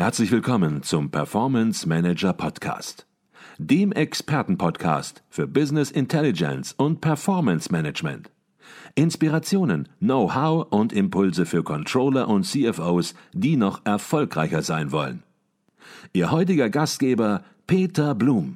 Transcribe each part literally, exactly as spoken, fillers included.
Herzlich willkommen zum Performance Manager Podcast, dem Expertenpodcast für Business Intelligence und Performance Management. Inspirationen, Know-how und Impulse für Controller und C F Os, die noch erfolgreicher sein wollen. Ihr heutiger Gastgeber Peter Blum.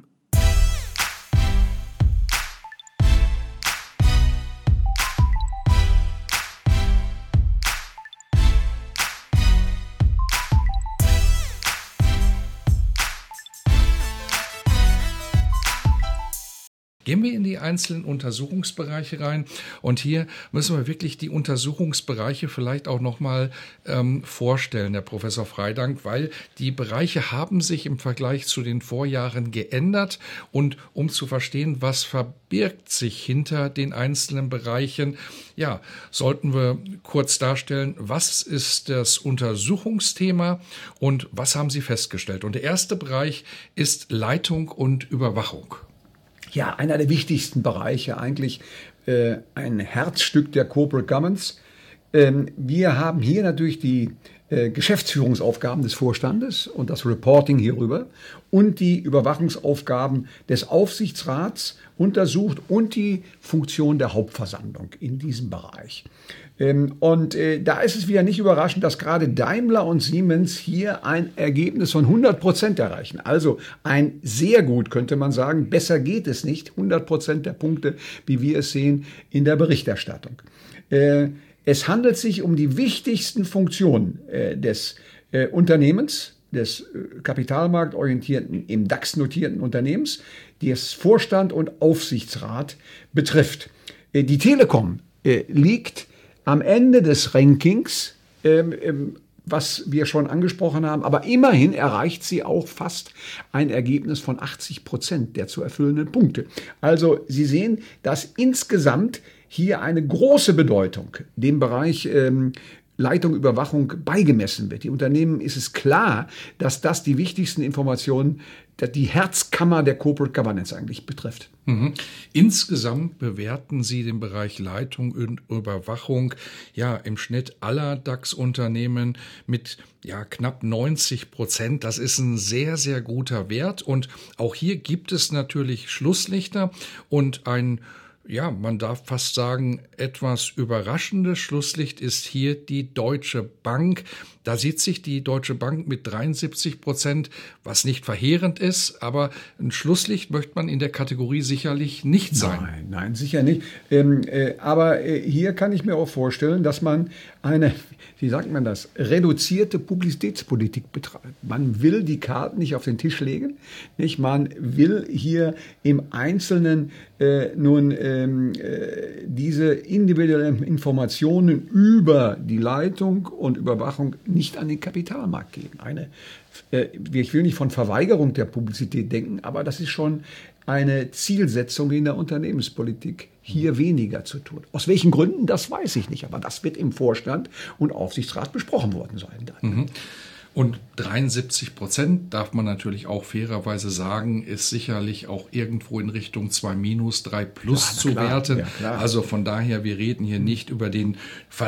Gehen wir in die einzelnen Untersuchungsbereiche rein und hier müssen wir wirklich die Untersuchungsbereiche vielleicht auch nochmal ähm, vorstellen, Herr Professor Freydank, weil die Bereiche haben sich im Vergleich zu den Vorjahren geändert und um zu verstehen, was verbirgt sich hinter den einzelnen Bereichen, ja, sollten wir kurz darstellen, was ist das Untersuchungsthema und was haben Sie festgestellt? Und der erste Bereich ist Leitung und Überwachung. Ja, einer der wichtigsten Bereiche, eigentlich äh, ein Herzstück der Corporate Governance. Ähm, wir haben hier natürlich die äh, Geschäftsführungsaufgaben des Vorstandes und das Reporting hierüber und die Überwachungsaufgaben des Aufsichtsrats untersucht und die Funktion der Hauptversammlung in diesem Bereich. Ähm, und äh, da ist es wieder nicht überraschend, dass gerade Daimler und Siemens hier ein Ergebnis von hundert Prozent erreichen. Also ein sehr gut, könnte man sagen. Besser geht es nicht. hundert Prozent der Punkte, wie wir es sehen in der Berichterstattung. Äh, es handelt sich um die wichtigsten Funktionen äh, des äh, Unternehmens, des äh, kapitalmarktorientierten, im DAX notierten Unternehmens, die es Vorstand und Aufsichtsrat betrifft. Äh, die Telekom äh, liegt am Ende des Rankings, ähm, ähm, was wir schon angesprochen haben, aber immerhin erreicht sie auch fast ein Ergebnis von achtzig Prozent der zu erfüllenden Punkte. Also Sie sehen, dass insgesamt hier eine große Bedeutung dem Bereich ähm, Leitung, Überwachung beigemessen wird. Die Unternehmen ist es klar, dass das die wichtigsten Informationen, die Herzkammer der Corporate Governance eigentlich betrifft. Mhm. Insgesamt bewerten Sie den Bereich Leitung und Überwachung ja im Schnitt aller DAX-Unternehmen mit ja knapp neunzig Prozent. Das ist ein sehr, sehr guter Wert. Und auch hier gibt es natürlich Schlusslichter und ein Ja, man darf fast sagen, etwas überraschendes Schlusslicht ist hier die Deutsche Bank. Da sieht sich die Deutsche Bank mit dreiundsiebzig Prozent, was nicht verheerend ist, aber ein Schlusslicht möchte man in der Kategorie sicherlich nicht sein. Nein, nein, sicher nicht. Ähm, äh, aber äh, hier kann ich mir auch vorstellen, dass man eine, wie sagt man das, reduzierte Publizitätspolitik betreibt. Man will die Karten nicht auf den Tisch legen, nicht? Man will hier im Einzelnen äh, nun ähm, äh, diese individuellen Informationen über die Leitung und Überwachung nicht an den Kapitalmarkt geben. Eine, äh, ich will nicht von Verweigerung der Publizität denken, aber das ist schon eine Zielsetzung in der Unternehmenspolitik, hier weniger zu tun. Aus welchen Gründen, das weiß ich nicht, aber das wird im Vorstand und Aufsichtsrat besprochen worden sein. Dann. Mhm. Und dreiundsiebzig Prozent, darf man natürlich auch fairerweise sagen, ist sicherlich auch irgendwo in Richtung zwei minus, drei plus ja, zu klar, werten. Ja, also von daher, wir reden hier nicht über den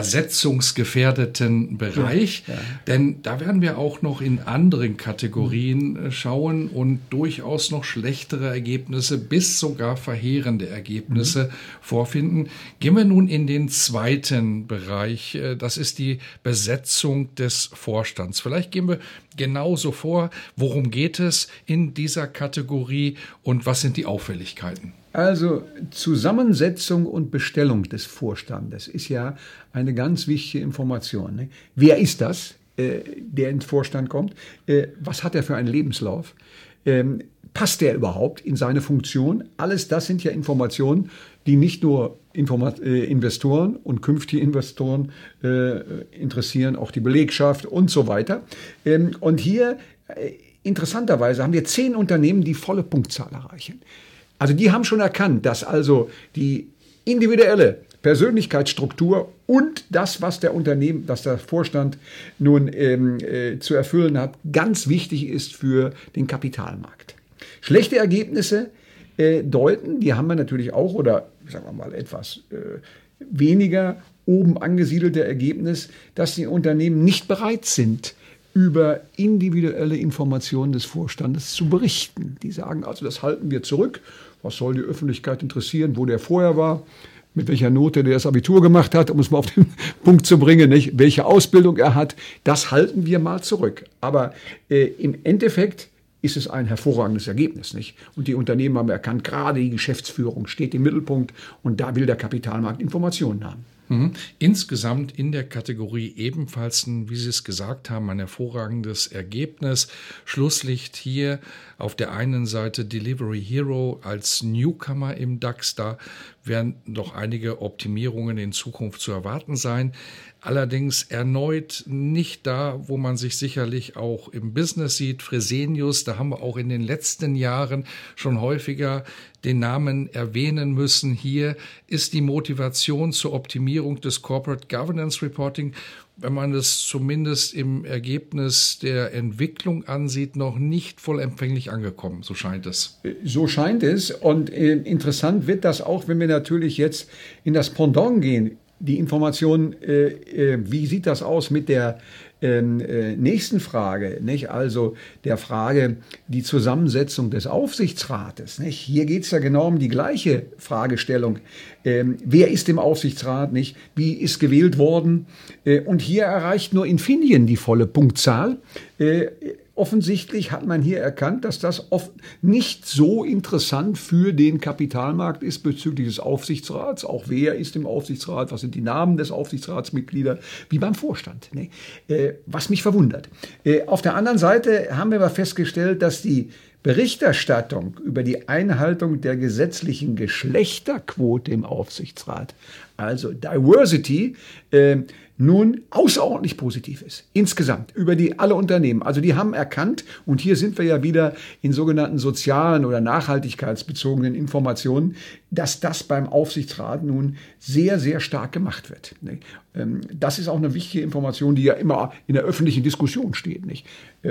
versetzungsgefährdeten Bereich, ja, ja. Denn da werden wir auch noch in anderen Kategorien schauen und durchaus noch schlechtere Ergebnisse bis sogar verheerende Ergebnisse mhm. vorfinden. Gehen wir nun in den zweiten Bereich. Das ist die Besetzung des Vorstands. Vielleicht gehen wir genauso vor. Worum geht es in dieser Kategorie und was sind die Auffälligkeiten? Also Zusammensetzung und Bestellung des Vorstandes ist ja eine ganz wichtige Information. Ne? Wer ist das, äh, der ins Vorstand kommt? Äh, was hat er für einen Lebenslauf? Ähm, passt er überhaupt in seine Funktion? Alles das sind ja Informationen, die nicht nur Informat- äh, Investoren und künftige Investoren äh, interessieren, auch die Belegschaft und so weiter. Ähm, und hier, äh, interessanterweise, haben wir zehn Unternehmen, die volle Punktzahl erreichen. Also die haben schon erkannt, dass also die individuelle Persönlichkeitsstruktur und das, was der Unternehmen, was der Vorstand nun ähm, äh, zu erfüllen hat, ganz wichtig ist für den Kapitalmarkt. Schlechte Ergebnisse äh, deuten, die haben wir natürlich auch, oder sagen wir mal etwas äh, weniger oben angesiedelte Ergebnis, dass die Unternehmen nicht bereit sind, über individuelle Informationen des Vorstandes zu berichten. Die sagen also, das halten wir zurück. Was soll die Öffentlichkeit interessieren, wo der vorher war, mit welcher Note der das Abitur gemacht hat, um es mal auf den Punkt zu bringen, nicht? Welche Ausbildung er hat. Das halten wir mal zurück. Aber äh, im Endeffekt ist es ein hervorragendes Ergebnis, nicht? Und die Unternehmen haben erkannt, gerade die Geschäftsführung steht im Mittelpunkt und da will der Kapitalmarkt Informationen haben. Mhm. Insgesamt in der Kategorie ebenfalls, ein, wie Sie es gesagt haben, ein hervorragendes Ergebnis. Schlusslicht hier auf der einen Seite Delivery Hero als Newcomer im DAX. Da werden noch einige Optimierungen in Zukunft zu erwarten sein. Allerdings erneut nicht da, wo man sich sicherlich auch im Business sieht. Fresenius, da haben wir auch in den letzten Jahren schon häufiger den Namen erwähnen müssen. Hier ist die Motivation zur Optimierung des Corporate Governance Reporting, wenn man es zumindest im Ergebnis der Entwicklung ansieht, noch nicht vollempfänglich angekommen. So scheint es. So scheint es. Und äh, interessant wird das auch, wenn wir natürlich jetzt in das Pendant gehen. Die Information, äh, äh, wie sieht das aus mit der ähm, äh, nächsten Frage, nicht? Also der Frage, die Zusammensetzung des Aufsichtsrates. Nicht? Hier geht es ja genau um die gleiche Fragestellung. Ähm, wer ist im Aufsichtsrat? Nicht? Wie ist gewählt worden? Äh, und hier erreicht nur Infineon die volle Punktzahl. Äh, Offensichtlich hat man hier erkannt, dass das oft nicht so interessant für den Kapitalmarkt ist bezüglich des Aufsichtsrats. Auch wer ist im Aufsichtsrat, was sind die Namen des Aufsichtsratsmitglieder, wie beim Vorstand. Ne? Äh, was mich verwundert. Äh, auf der anderen Seite haben wir aber festgestellt, dass die Berichterstattung über die Einhaltung der gesetzlichen Geschlechterquote im Aufsichtsrat, also Diversity, äh, nun außerordentlich positiv ist. Insgesamt über die alle Unternehmen. Also die haben erkannt, und hier sind wir ja wieder in sogenannten sozialen oder nachhaltigkeitsbezogenen Informationen, dass das beim Aufsichtsrat nun sehr, sehr stark gemacht wird. Das ist auch eine wichtige Information, die ja immer in der öffentlichen Diskussion steht. Nicht?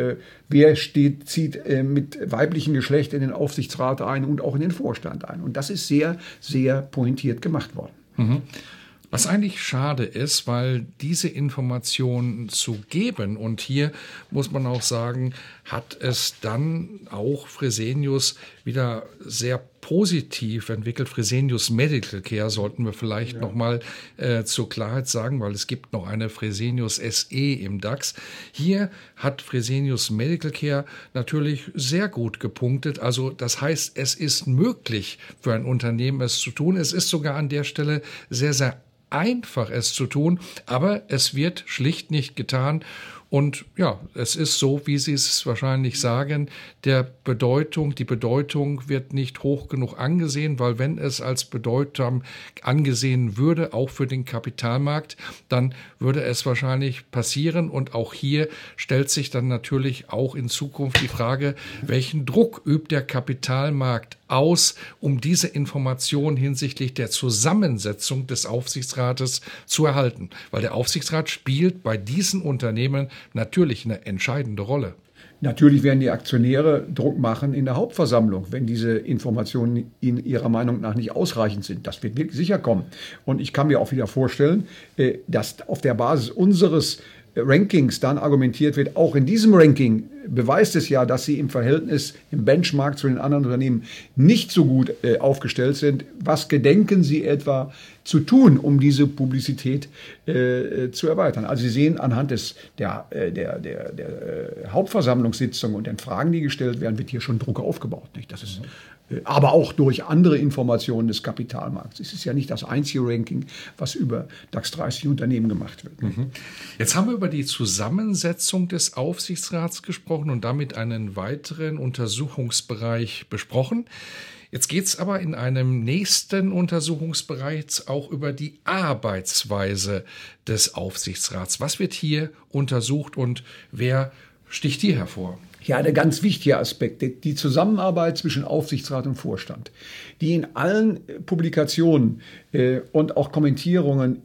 Wer steht, zieht mit weiblichem Geschlecht in den Aufsichtsrat ein und auch in den Vorstand ein. Und das ist sehr, sehr pointiert gemacht worden. Mhm. Was eigentlich schade ist, weil diese Informationen zu geben, und hier muss man auch sagen, hat es dann auch Fresenius wieder sehr positiv entwickelt. Fresenius Medical Care sollten wir vielleicht ja. noch mal äh, zur Klarheit sagen, weil es gibt noch eine Fresenius S E im DAX. Hier hat Fresenius Medical Care natürlich sehr gut gepunktet. Also das heißt, es ist möglich für ein Unternehmen, es zu tun. Es ist sogar an der Stelle sehr, sehr einfach, es zu tun, aber es wird schlicht nicht getan. Und ja, es ist so, wie Sie es wahrscheinlich sagen, der Bedeutung, die Bedeutung wird nicht hoch genug angesehen, weil wenn es als bedeutsam angesehen würde, auch für den Kapitalmarkt, dann würde es wahrscheinlich passieren. Und auch hier stellt sich dann natürlich auch in Zukunft die Frage, welchen Druck übt der Kapitalmarkt aus, um diese Information hinsichtlich der Zusammensetzung des Aufsichtsrates zu erhalten. Weil der Aufsichtsrat spielt bei diesen Unternehmen natürlich eine entscheidende Rolle. Natürlich werden die Aktionäre Druck machen in der Hauptversammlung, wenn diese Informationen in ihrer Meinung nach nicht ausreichend sind. Das wird wirklich sicher kommen. Und ich kann mir auch wieder vorstellen, dass auf der Basis unseres Rankings dann argumentiert wird, auch in diesem Ranking beweist es ja, dass sie im Verhältnis, im Benchmark zu den anderen Unternehmen nicht so gut äh, aufgestellt sind. Was gedenken Sie etwa zu tun, um diese Publizität äh, zu erweitern? Also Sie sehen anhand des, der, äh, der, der, der äh, Hauptversammlungssitzung und den Fragen, die gestellt werden, wird hier schon Druck aufgebaut. Nicht? Das ist, äh, aber auch durch andere Informationen des Kapitalmarkts. Es ist ja nicht das einzige Ranking, was über DAX dreißig Unternehmen gemacht wird. Mhm. Jetzt haben wir über die Zusammensetzung des Aufsichtsrats gesprochen und damit einen weiteren Untersuchungsbereich besprochen. Jetzt geht es aber in einem nächsten Untersuchungsbereich auch über die Arbeitsweise des Aufsichtsrats. Was wird hier untersucht und wer sticht hier hervor? Ja, der ganz wichtige Aspekt, die Zusammenarbeit zwischen Aufsichtsrat und Vorstand, die in allen Publikationen äh, und auch Kommentierungen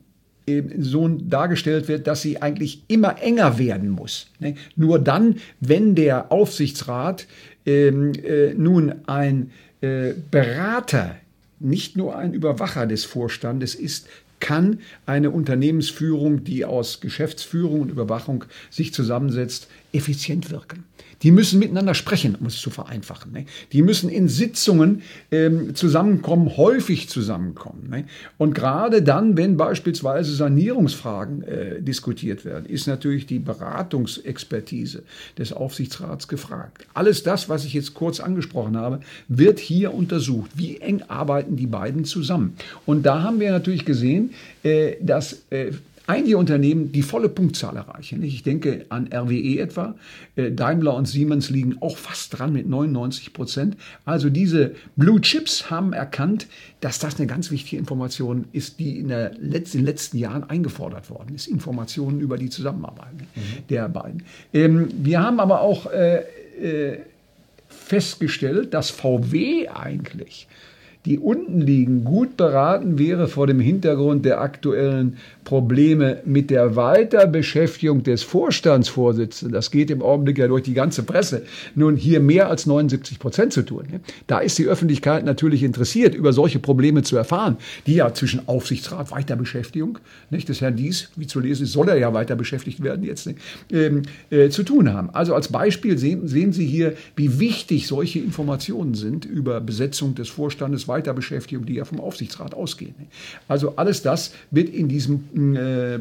so dargestellt wird, dass sie eigentlich immer enger werden muss. Ne? Nur dann, wenn der Aufsichtsrat ähm, äh, nun ein äh, Berater, nicht nur ein Überwacher des Vorstandes ist, kann eine Unternehmensführung, die aus Geschäftsführung und Überwachung sich zusammensetzt, effizient wirken. Die müssen miteinander sprechen, um es zu vereinfachen. Ne? Die müssen in Sitzungen ähm, zusammenkommen, häufig zusammenkommen. Ne? Und gerade dann, wenn beispielsweise Sanierungsfragen äh, diskutiert werden, ist natürlich die Beratungsexpertise des Aufsichtsrats gefragt. Alles das, was ich jetzt kurz angesprochen habe, wird hier untersucht. Wie eng arbeiten die beiden zusammen? Und da haben wir natürlich gesehen, äh, dass äh, einige Unternehmen die volle Punktzahl erreichen. Ich denke an R W E etwa. Daimler und Siemens liegen auch fast dran mit neunundneunzig Prozent. Also diese Blue Chips haben erkannt, dass das eine ganz wichtige Information ist, die in, der letzten, in den letzten Jahren eingefordert worden ist. Informationen über die Zusammenarbeit mhm. der beiden. Wir haben aber auch äh, äh, festgestellt, dass V W eigentlich, die unten liegen, gut beraten wäre vor dem Hintergrund der aktuellen Probleme mit der Weiterbeschäftigung des Vorstandsvorsitzenden. Das geht im Augenblick ja durch die ganze Presse. Nun hier mehr als neunundsiebzig Prozent zu tun. Da ist die Öffentlichkeit natürlich interessiert, über solche Probleme zu erfahren, die ja zwischen Aufsichtsrat, Weiterbeschäftigung, nicht, des Herrn Dies, wie zu lesen ist, soll er ja weiter beschäftigt werden jetzt, ähm, äh, zu tun haben. Also als Beispiel sehen, sehen Sie hier, wie wichtig solche Informationen sind über Besetzung des Vorstandes, Weiterbeschäftigung, die ja vom Aufsichtsrat ausgehen. Also alles das wird in diesem äh, äh,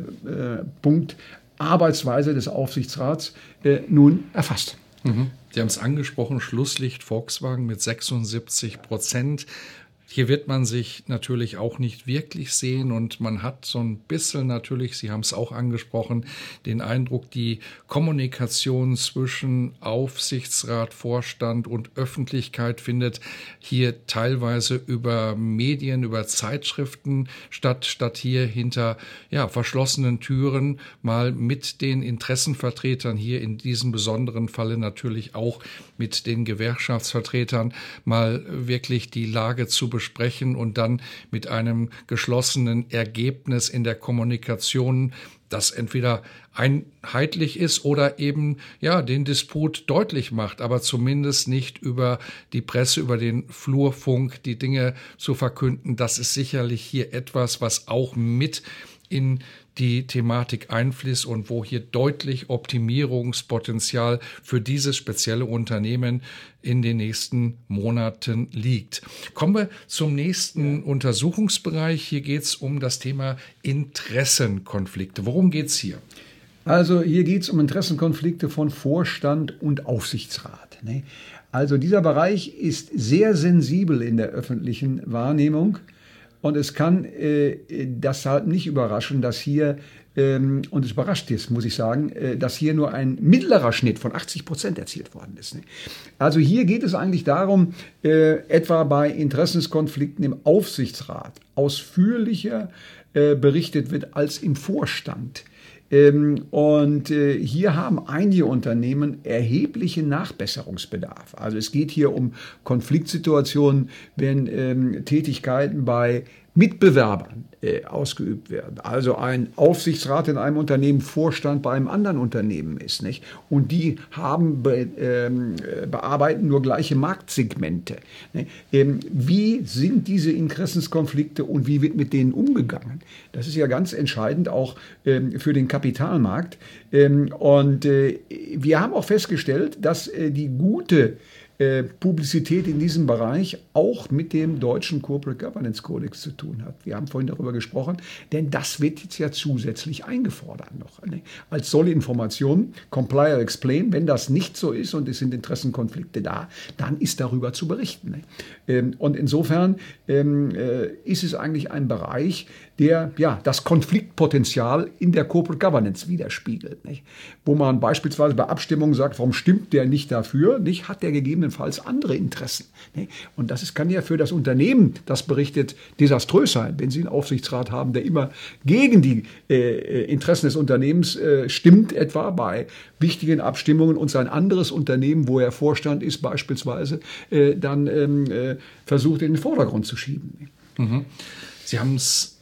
Punkt Arbeitsweise des Aufsichtsrats äh, nun erfasst. Mhm. Sie haben es angesprochen, Schlusslicht Volkswagen mit sechsundsiebzig Prozent. Hier wird man sich natürlich auch nicht wirklich sehen und man hat so ein bisschen natürlich, Sie haben es auch angesprochen, den Eindruck, die Kommunikation zwischen Aufsichtsrat, Vorstand und Öffentlichkeit findet hier teilweise über Medien, über Zeitschriften statt, statt hier hinter ja, verschlossenen Türen mal mit den Interessenvertretern, hier in diesem besonderen Falle natürlich auch mit den Gewerkschaftsvertretern, mal wirklich die Lage zu besprechen. Besprechen und dann mit einem geschlossenen Ergebnis in der Kommunikation, das entweder einheitlich ist oder eben ja den Disput deutlich macht, aber zumindest nicht über die Presse, über den Flurfunk die Dinge zu verkünden. Das ist sicherlich hier etwas, was auch mit in die Thematik einfließt und wo hier deutlich Optimierungspotenzial für dieses spezielle Unternehmen in den nächsten Monaten liegt. Kommen wir zum nächsten Untersuchungsbereich. Hier geht es um das Thema Interessenkonflikte. Worum geht es hier? Also hier geht es um Interessenkonflikte von Vorstand und Aufsichtsrat. Ne? Also dieser Bereich ist sehr sensibel in der öffentlichen Wahrnehmung. Und es kann äh, deshalb nicht überraschen, dass hier, ähm, und es überrascht jetzt, muss ich sagen, äh, dass hier nur ein mittlerer Schnitt von achtzig Prozent erzielt worden ist. Ne? Also hier geht es eigentlich darum, äh, etwa bei Interessenskonflikten im Aufsichtsrat ausführlicher äh, berichtet wird als im Vorstand. Ähm, und äh, hier haben einige Unternehmen erheblichen Nachbesserungsbedarf. Also es geht hier um Konfliktsituationen, wenn ähm, Tätigkeiten bei Mitbewerbern äh, ausgeübt werden. Also ein Aufsichtsrat in einem Unternehmen, Vorstand bei einem anderen Unternehmen ist, nicht? Und die haben be, ähm, bearbeiten nur gleiche Marktsegmente. Ne? Ähm, wie sind diese Interessenskonflikte und wie wird mit denen umgegangen? Das ist ja ganz entscheidend auch ähm, für den Kapitalmarkt. Ähm, und äh, wir haben auch festgestellt, dass äh, die gute Publizität in diesem Bereich auch mit dem deutschen Corporate Governance Codex zu tun hat. Wir haben vorhin darüber gesprochen, denn das wird jetzt ja zusätzlich eingefordert noch. Ne? Als Sollinformation, Comply or Explain, wenn das nicht so ist und es sind Interessenkonflikte da, dann ist darüber zu berichten. Ne? Ähm, und insofern ähm, äh, ist es eigentlich ein Bereich, der ja das Konfliktpotenzial in der Corporate Governance widerspiegelt. Nicht? Wo man beispielsweise bei Abstimmungen sagt, warum stimmt der nicht dafür? Nicht, hat der gegebenenfalls andere Interessen. Nicht? Und das ist, kann ja für das Unternehmen, das berichtet, desaströs sein, wenn Sie einen Aufsichtsrat haben, der immer gegen die äh, Interessen des Unternehmens äh, stimmt, etwa bei wichtigen Abstimmungen und sein anderes Unternehmen, wo er Vorstand ist beispielsweise, äh, dann ähm, äh, versucht in den Vordergrund zu schieben. Mhm. Sie haben es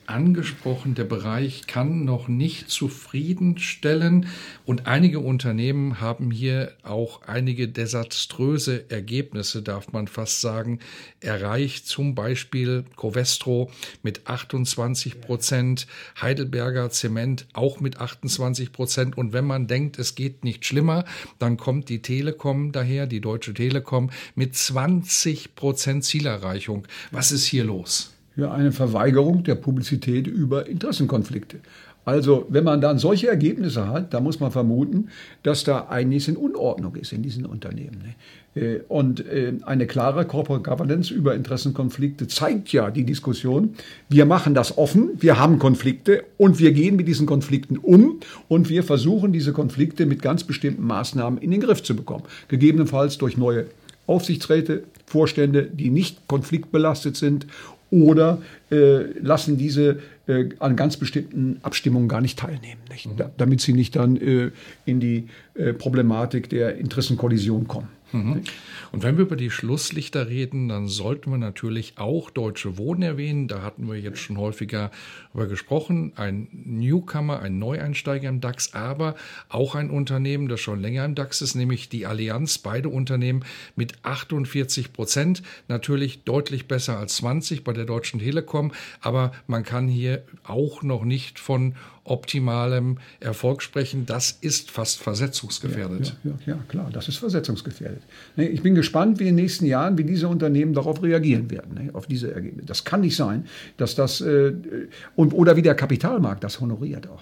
angesprochen, der Bereich kann noch nicht zufriedenstellen und einige Unternehmen haben hier auch einige desaströse Ergebnisse, darf man fast sagen, erreicht. Zum Beispiel Covestro mit achtundzwanzig Prozent, Heidelberger Zement auch mit achtundzwanzig Prozent. Und wenn man denkt, es geht nicht schlimmer, dann kommt die Telekom daher, die Deutsche Telekom, mit zwanzig Prozent Zielerreichung. Was ist hier los? Ja, eine Verweigerung der Publizität über Interessenkonflikte. Also wenn man dann solche Ergebnisse hat, da muss man vermuten, dass da einiges in Unordnung ist in diesen Unternehmen. Und eine klare Corporate Governance über Interessenkonflikte zeigt ja die Diskussion, wir machen das offen, wir haben Konflikte und wir gehen mit diesen Konflikten um und wir versuchen, diese Konflikte mit ganz bestimmten Maßnahmen in den Griff zu bekommen. Gegebenenfalls durch neue Aufsichtsräte, Vorstände, die nicht konfliktbelastet sind, oder äh, lassen diese äh, an ganz bestimmten Abstimmungen gar nicht teilnehmen, nicht? Mhm. Da, damit sie nicht dann äh, in die äh, Problematik der Interessenkollision kommen. Mhm. Und wenn wir über die Schlusslichter reden, dann sollten wir natürlich auch Deutsche Wohnen erwähnen. Da hatten wir jetzt schon häufiger über gesprochen. Ein Newcomer, ein Neueinsteiger im DAX, aber auch ein Unternehmen, das schon länger im DAX ist, nämlich die Allianz. Beide Unternehmen mit achtundvierzig Prozent. Natürlich deutlich besser als zwanzig bei der Deutschen Telekom. Aber man kann hier auch noch nicht von optimalem Erfolg sprechen. Das ist fast versetzungsgefährdet. Ja, ja, ja, ja, klar, das ist versetzungsgefährdet. Ich bin gespannt, wie in den nächsten Jahren, wie diese Unternehmen darauf reagieren werden, auf diese Ergebnisse. Das kann nicht sein, dass das, und, oder wie der Kapitalmarkt das honoriert auch.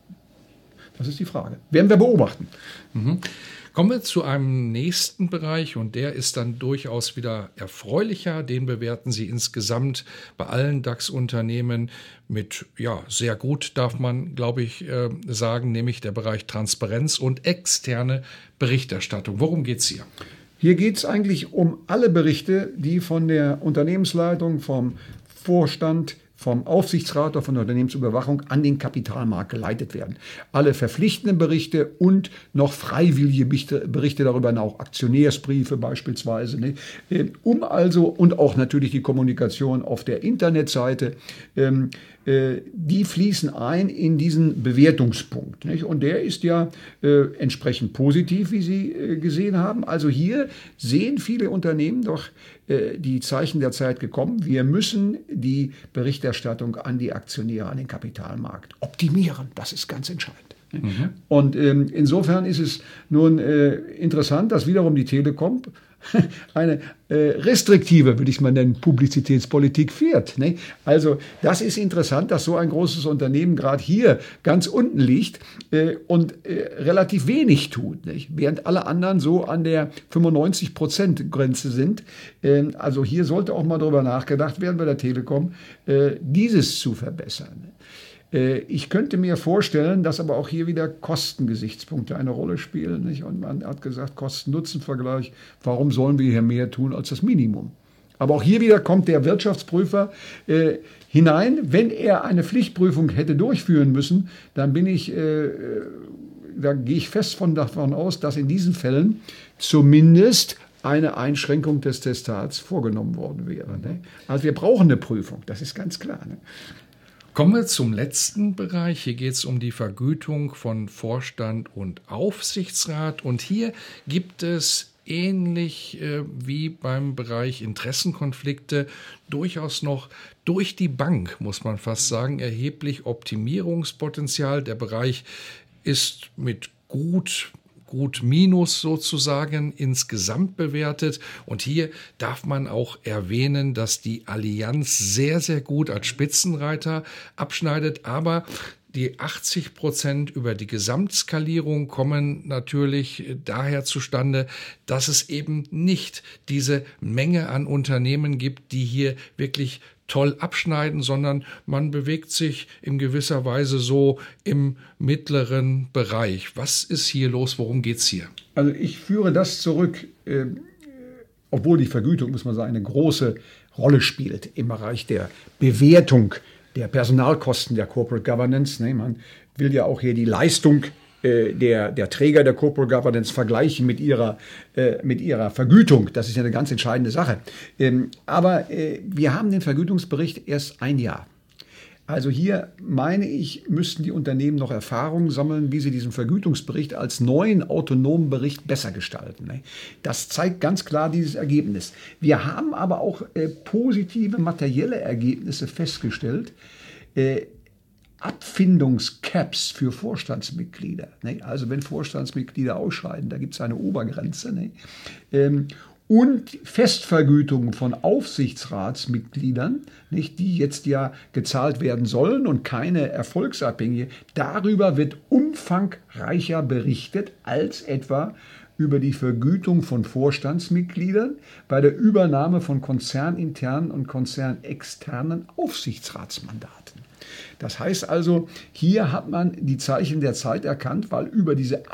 Das ist die Frage. Werden wir beobachten. Mhm. Kommen wir zu einem nächsten Bereich und der ist dann durchaus wieder erfreulicher. Den bewerten Sie insgesamt bei allen DAX-Unternehmen mit, ja, sehr gut, darf man, glaube ich, äh, sagen, nämlich der Bereich Transparenz und externe Berichterstattung. Worum geht es hier? Hier geht es eigentlich um alle Berichte, die von der Unternehmensleitung, vom Vorstand, vom Aufsichtsrat oder von der Unternehmensüberwachung an den Kapitalmarkt geleitet werden. Alle verpflichtenden Berichte und noch freiwillige Berichte darüber hinaus, Aktionärsbriefe beispielsweise, ne? Um also, und auch natürlich die Kommunikation auf der Internetseite, ähm, äh, die fließen ein in diesen Bewertungspunkt. Nicht? Und der ist ja äh, entsprechend positiv, wie Sie äh, gesehen haben. Also hier sehen viele Unternehmen doch äh, die Zeichen der Zeit gekommen. Wir müssen die Berichterstattung an die Aktionäre, an den Kapitalmarkt optimieren. Das ist ganz entscheidend. Mhm. Und ähm, insofern ist es nun äh, interessant, dass wiederum die Telekom eine äh, restriktive, würde ich mal nennen, Publizitätspolitik fährt. Ne? Also das ist interessant, dass so ein großes Unternehmen gerade hier ganz unten liegt äh, und äh, relativ wenig tut, nicht? Während alle anderen so an der fünfundneunzig Prozent Grenze sind. Äh, also hier sollte auch mal darüber nachgedacht werden bei der Telekom, äh, dieses zu verbessern. Ich könnte mir vorstellen, dass aber auch hier wieder Kostengesichtspunkte eine Rolle spielen. Nicht? Und man hat gesagt, Kosten-Nutzen-Vergleich, warum sollen wir hier mehr tun als das Minimum? Aber auch hier wieder kommt der Wirtschaftsprüfer äh, hinein. Wenn er eine Pflichtprüfung hätte durchführen müssen, dann bin ich, äh, da gehe ich fest von davon aus, dass in diesen Fällen zumindest eine Einschränkung des Testats vorgenommen worden wäre. Ne? Also wir brauchen eine Prüfung, das ist ganz klar. Ne? Kommen wir zum letzten Bereich. Hier geht es um die Vergütung von Vorstand und Aufsichtsrat. Und hier gibt es ähnlich äh, wie beim Bereich Interessenkonflikte durchaus noch durch die Bank, muss man fast sagen, erheblich Optimierungspotenzial. Der Bereich ist mit gut Gut minus sozusagen insgesamt bewertet. Und hier darf man auch erwähnen, dass die Allianz sehr, sehr gut als Spitzenreiter abschneidet. Aber die achtzig Prozent über die Gesamtskalierung kommen natürlich daher zustande, dass es eben nicht diese Menge an Unternehmen gibt, die hier wirklich toll abschneiden, sondern man bewegt sich in gewisser Weise so im mittleren Bereich. Was ist hier los? Worum geht's hier? Also ich führe das zurück, äh, obwohl die Vergütung, muss man sagen, eine große Rolle spielt im Bereich der Bewertung der Personalkosten der Corporate Governance. Ne? Man will ja auch hier die Leistung Der, der Träger der Corporate Governance vergleichen mit ihrer, äh, mit ihrer Vergütung. Das ist ja eine ganz entscheidende Sache. Ähm, aber äh, wir haben den Vergütungsbericht erst ein Jahr. Also hier, meine ich, müssten die Unternehmen noch Erfahrungen sammeln, wie sie diesen Vergütungsbericht als neuen autonomen Bericht besser gestalten. Das zeigt ganz klar dieses Ergebnis. Wir haben aber auch äh, positive materielle Ergebnisse festgestellt. Äh, Abfindungscaps für Vorstandsmitglieder. Also wenn Vorstandsmitglieder ausscheiden, da gibt es eine Obergrenze. Und Festvergütungen von Aufsichtsratsmitgliedern, nicht, die jetzt ja gezahlt werden sollen und keine erfolgsabhängige, darüber wird umfangreicher berichtet als etwa über die Vergütung von Vorstandsmitgliedern bei der Übernahme von konzerninternen und konzernexternen Aufsichtsratsmandaten. Das heißt also, hier hat man die Zeichen der Zeit erkannt, weil über diese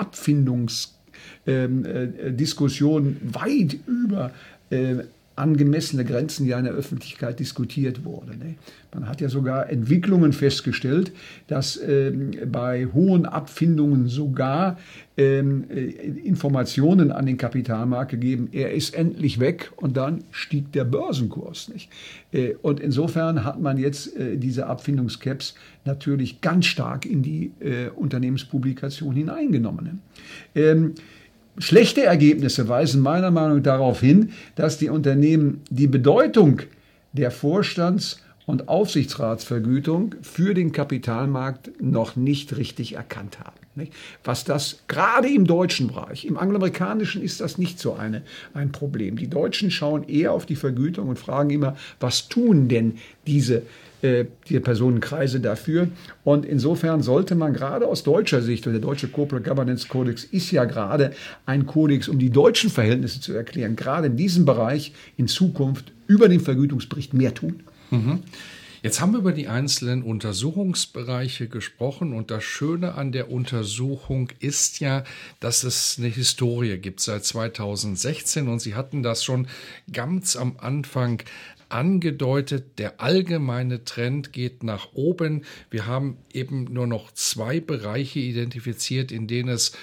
Abfindungsdiskussion ähm, äh, weit über äh, angemessene Grenzen ja in der Öffentlichkeit diskutiert wurde. Ne? Man hat ja sogar Entwicklungen festgestellt, dass ähm, bei hohen Abfindungen sogar ähm, äh, Informationen an den Kapitalmarkt gegeben, er ist endlich weg und dann stieg der Börsenkurs. Nicht? Äh, und insofern hat man jetzt äh, diese Abfindungscaps natürlich ganz stark in die äh, Unternehmenspublikation hineingenommen. Ne? Ähm, Schlechte Ergebnisse weisen meiner Meinung nach darauf hin, dass die Unternehmen die Bedeutung der Vorstands- und Aufsichtsratsvergütung für den Kapitalmarkt noch nicht richtig erkannt haben. Was das gerade im deutschen Bereich, im angloamerikanischen ist das nicht so eine, ein Problem. Die Deutschen schauen eher auf die Vergütung und fragen immer, was tun denn diese die Personenkreise dafür. Und insofern sollte man gerade aus deutscher Sicht, und der deutsche Corporate Governance Kodex ist ja gerade ein Kodex, um die deutschen Verhältnisse zu erklären, gerade in diesem Bereich in Zukunft über den Vergütungsbericht mehr tun. Mhm. Jetzt haben wir über die einzelnen Untersuchungsbereiche gesprochen und das Schöne an der Untersuchung ist ja, dass es eine Historie gibt seit zweitausendsechzehn und Sie hatten das schon ganz am Anfang angedeutet, der allgemeine Trend geht nach oben. Wir haben eben nur noch zwei Bereiche identifiziert, in denen es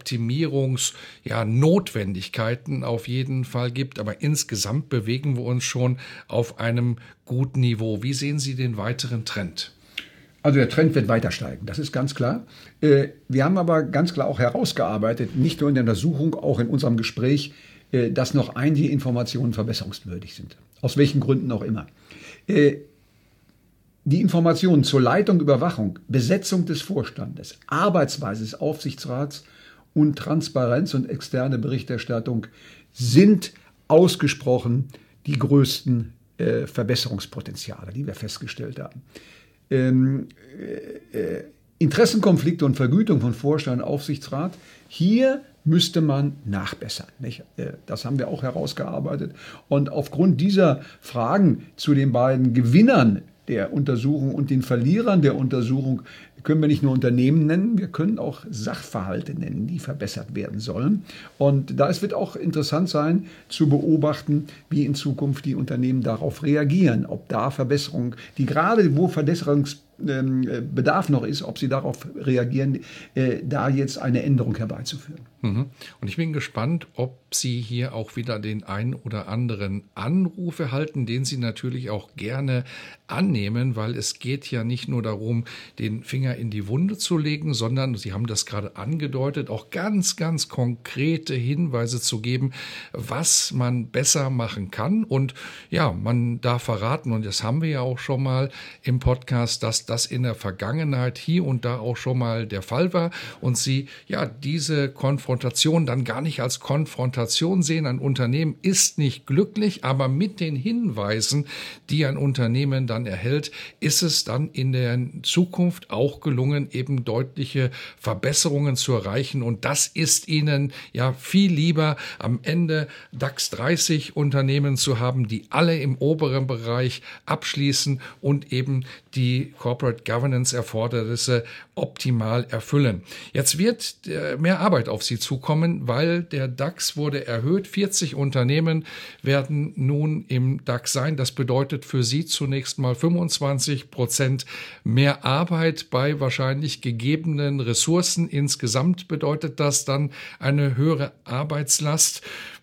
Optimierungs-Notwendigkeiten ja, auf jeden Fall gibt. Aber insgesamt bewegen wir uns schon auf einem guten Niveau. Wie sehen Sie den weiteren Trend? Also der Trend wird weiter steigen, das ist ganz klar. Wir haben aber ganz klar auch herausgearbeitet, nicht nur in der Untersuchung, auch in unserem Gespräch, dass noch einige Informationen verbesserungswürdig sind. Aus welchen Gründen auch immer. Die Informationen zur Leitung, Überwachung, Besetzung des Vorstandes, Arbeitsweise des Aufsichtsrats und Transparenz und externe Berichterstattung sind ausgesprochen die größten äh, Verbesserungspotenziale, die wir festgestellt haben. Ähm, äh, Interessenkonflikte und Vergütung von Vorstand und Aufsichtsrat, hier müsste man nachbessern. Nicht? Das haben wir auch herausgearbeitet. Und aufgrund dieser Fragen zu den beiden Gewinnern der Untersuchung und den Verlierern der Untersuchung können wir nicht nur Unternehmen nennen, wir können auch Sachverhalte nennen, die verbessert werden sollen. Und da es wird auch interessant sein, zu beobachten, wie in Zukunft die Unternehmen darauf reagieren, ob da Verbesserungen, die gerade wo Verbesserungsbedarf noch ist, ob sie darauf reagieren, da jetzt eine Änderung herbeizuführen. Und ich bin gespannt, ob Sie hier auch wieder den ein oder anderen Anruf erhalten, den Sie natürlich auch gerne annehmen, weil es geht ja nicht nur darum, den Finger in die Wunde zu legen, sondern, Sie haben das gerade angedeutet, auch ganz, ganz konkrete Hinweise zu geben, was man besser machen kann. Und ja, man darf verraten, und das haben wir ja auch schon mal im Podcast, dass das in der Vergangenheit hier und da auch schon mal der Fall war und Sie ja diese Konfrontation dann gar nicht als Konfrontation sehen. Ein Unternehmen ist nicht glücklich, aber mit den Hinweisen, die ein Unternehmen dann erhält, ist es dann in der Zukunft auch gelungen, eben deutliche Verbesserungen zu erreichen. Und das ist Ihnen ja viel lieber, am Ende DAX dreißig Unternehmen zu haben, die alle im oberen Bereich abschließen und eben die Corporate Governance Erfordernisse optimal erfüllen. Jetzt wird mehr Arbeit auf Sie zukommen, weil der DAX wurde erhöht. vierzig Unternehmen werden nun im DAX sein. Das bedeutet für Sie zunächst mal fünfundzwanzig Prozent mehr Arbeit bei wahrscheinlich gegebenen Ressourcen. Insgesamt bedeutet das dann eine höhere Arbeitslast.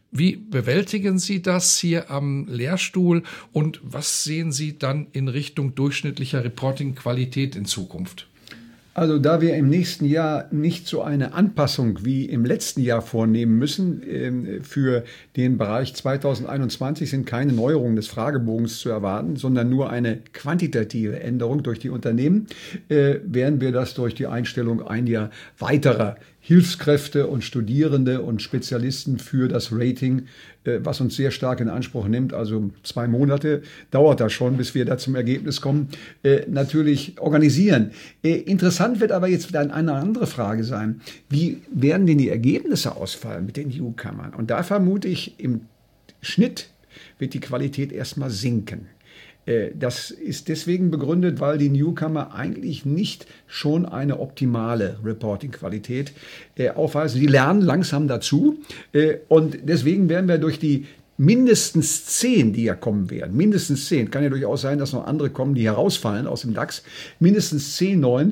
Wie bewältigen Sie das hier am Lehrstuhl und was sehen Sie dann in Richtung durchschnittlicher Reporting-Qualität in Zukunft? Also da wir im nächsten Jahr nicht so eine Anpassung wie im letzten Jahr vornehmen müssen, äh, für den Bereich zweitausendeinundzwanzig sind keine Neuerungen des Fragebogens zu erwarten, sondern nur eine quantitative Änderung durch die Unternehmen, äh, werden wir das durch die Einstellung einiger weiterer Hilfskräfte und Studierende und Spezialisten für das Rating, äh, was uns sehr stark in Anspruch nimmt, also zwei Monate dauert das schon, bis wir da zum Ergebnis kommen, äh, natürlich organisieren. Äh, interessant wird aber jetzt dann eine andere Frage sein, wie werden denn die Ergebnisse ausfallen mit den Newcomern? Und da vermute ich, im Schnitt wird die Qualität erstmal sinken. Das ist deswegen begründet, weil die Newcomer eigentlich nicht schon eine optimale Reporting-Qualität aufweisen. Die lernen langsam dazu und deswegen werden wir durch die mindestens zehn, die ja kommen werden, mindestens zehn, kann ja durchaus sein, dass noch andere kommen, die herausfallen aus dem DAX, mindestens zehn, neun,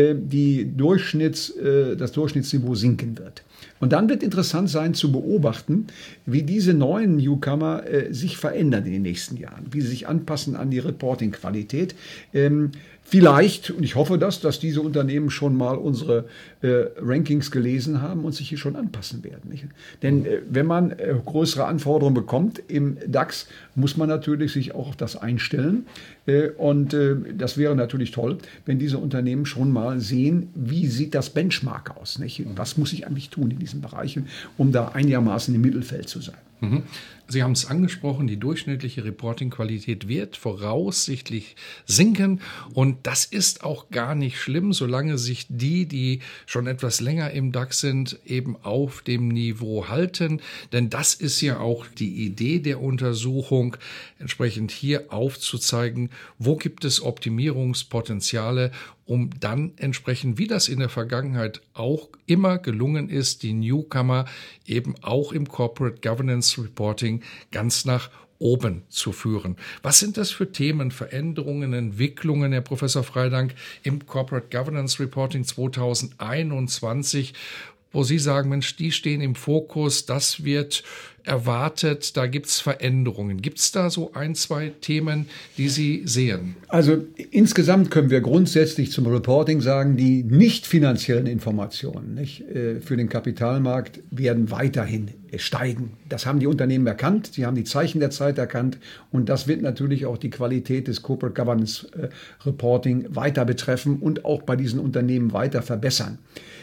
die Durchschnitts, das Durchschnittsniveau sinken wird. Und dann wird interessant sein zu beobachten, wie diese neuen Newcomer äh, sich verändern in den nächsten Jahren, wie sie sich anpassen an die Reporting-Qualität. Ähm, vielleicht, und ich hoffe das, dass diese Unternehmen schon mal unsere äh, Rankings gelesen haben und sich hier schon anpassen werden. Nicht? Denn äh, wenn man äh, größere Anforderungen bekommt im DAX, muss man natürlich sich auch auf das einstellen. Äh, und äh, das wäre natürlich toll, wenn diese Unternehmen schon mal sehen, wie sieht das Benchmark aus? Nicht? Was muss ich eigentlich tun in diesen Bereichen, um da einigermaßen im Mittelfeld zu sein? Mhm. Sie haben es angesprochen, die durchschnittliche Reporting-Qualität wird voraussichtlich sinken und das ist auch gar nicht schlimm, solange sich die, die schon etwas länger im DAX sind, eben auf dem Niveau halten, denn das ist ja auch die Idee der Untersuchung, entsprechend hier aufzuzeigen, wo gibt es Optimierungspotenziale, um dann entsprechend, wie das in der Vergangenheit auch immer gelungen ist, die Newcomer eben auch im Corporate Governance Reporting ganz nach oben zu führen. Was sind das für Themen, Veränderungen, Entwicklungen, Herr Professor Freydank, im Corporate Governance Reporting zweitausendeinundzwanzig, wo Sie sagen, Mensch, die stehen im Fokus, das wird erwartet, da gibt es Veränderungen. Gibt es da so ein, zwei Themen, die Sie sehen? Also insgesamt können wir grundsätzlich zum Reporting sagen, die nicht finanziellen Informationen nicht, für den Kapitalmarkt werden weiterhin steigen. Das haben die Unternehmen erkannt, sie haben die Zeichen der Zeit erkannt und das wird natürlich auch die Qualität des Corporate Governance Reporting weiter betreffen und auch bei diesen Unternehmen weiter verbessern.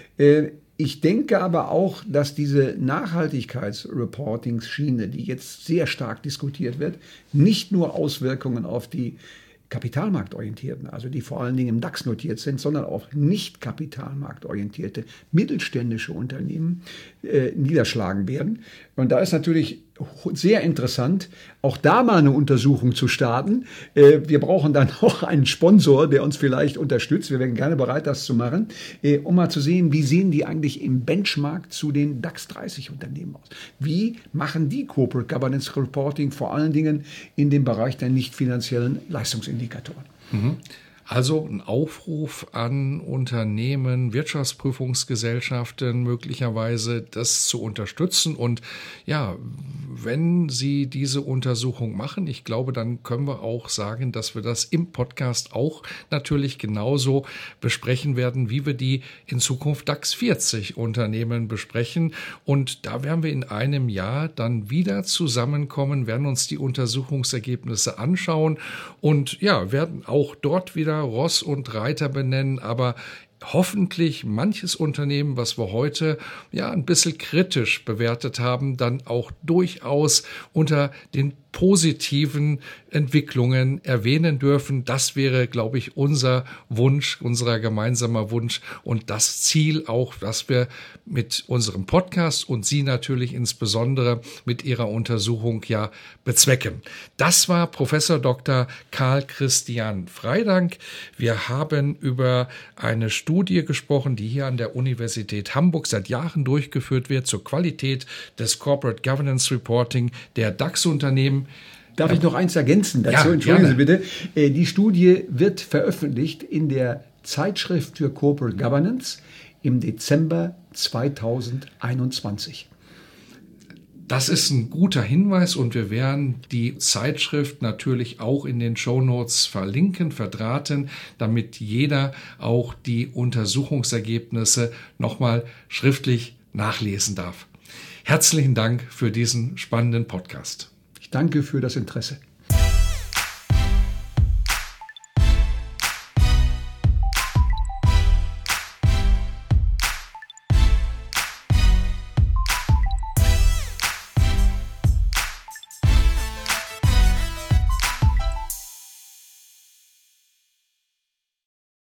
Ich denke aber auch, dass diese Nachhaltigkeitsreporting-Schiene, die jetzt sehr stark diskutiert wird, nicht nur Auswirkungen auf die kapitalmarktorientierten, also die vor allen Dingen im DAX notiert sind, sondern auch nicht kapitalmarktorientierte mittelständische Unternehmen äh, niederschlagen werden. Und da ist natürlich sehr interessant, auch da mal eine Untersuchung zu starten. Äh, wir brauchen dann auch einen Sponsor, der uns vielleicht unterstützt. Wir wären gerne bereit, das zu machen, äh, um mal zu sehen, wie sehen die eigentlich im Benchmark zu den DAX dreißig Unternehmen aus? Wie machen die Corporate Governance Reporting vor allen Dingen in dem Bereich der nicht finanziellen Leistungsindikatoren? Mhm. Also ein Aufruf an Unternehmen, Wirtschaftsprüfungsgesellschaften möglicherweise, das zu unterstützen. Und ja, wenn Sie diese Untersuchung machen, ich glaube, dann können wir auch sagen, dass wir das im Podcast auch natürlich genauso besprechen werden, wie wir die in Zukunft DAX vierzig Unternehmen besprechen. Und da werden wir in einem Jahr dann wieder zusammenkommen, werden uns die Untersuchungsergebnisse anschauen und ja, werden auch dort wieder Ross und Reiter benennen, aber hoffentlich manches Unternehmen, was wir heute ja ein bisschen kritisch bewertet haben, dann auch durchaus unter den positiven Entwicklungen erwähnen dürfen. Das wäre, glaube ich, unser Wunsch, unser gemeinsamer Wunsch und das Ziel auch, dass wir mit unserem Podcast und Sie natürlich insbesondere mit Ihrer Untersuchung ja bezwecken. Das war Professor Doktor Karl Christian Freydank. Wir haben über eine Studie gesprochen, die hier an der Universität Hamburg seit Jahren durchgeführt wird zur Qualität des Corporate Governance Reporting der DAX-Unternehmen. Darf ich noch eins ergänzen dazu? Ja, Entschuldigen Sie gerne. bitte. Die Studie wird veröffentlicht in der Zeitschrift für Corporate Governance im Dezember zweitausendeinundzwanzig. Das ist ein guter Hinweis und wir werden die Zeitschrift natürlich auch in den Shownotes verlinken, verdrahten, damit jeder auch die Untersuchungsergebnisse nochmal schriftlich nachlesen darf. Herzlichen Dank für diesen spannenden Podcast. Ich danke für das Interesse.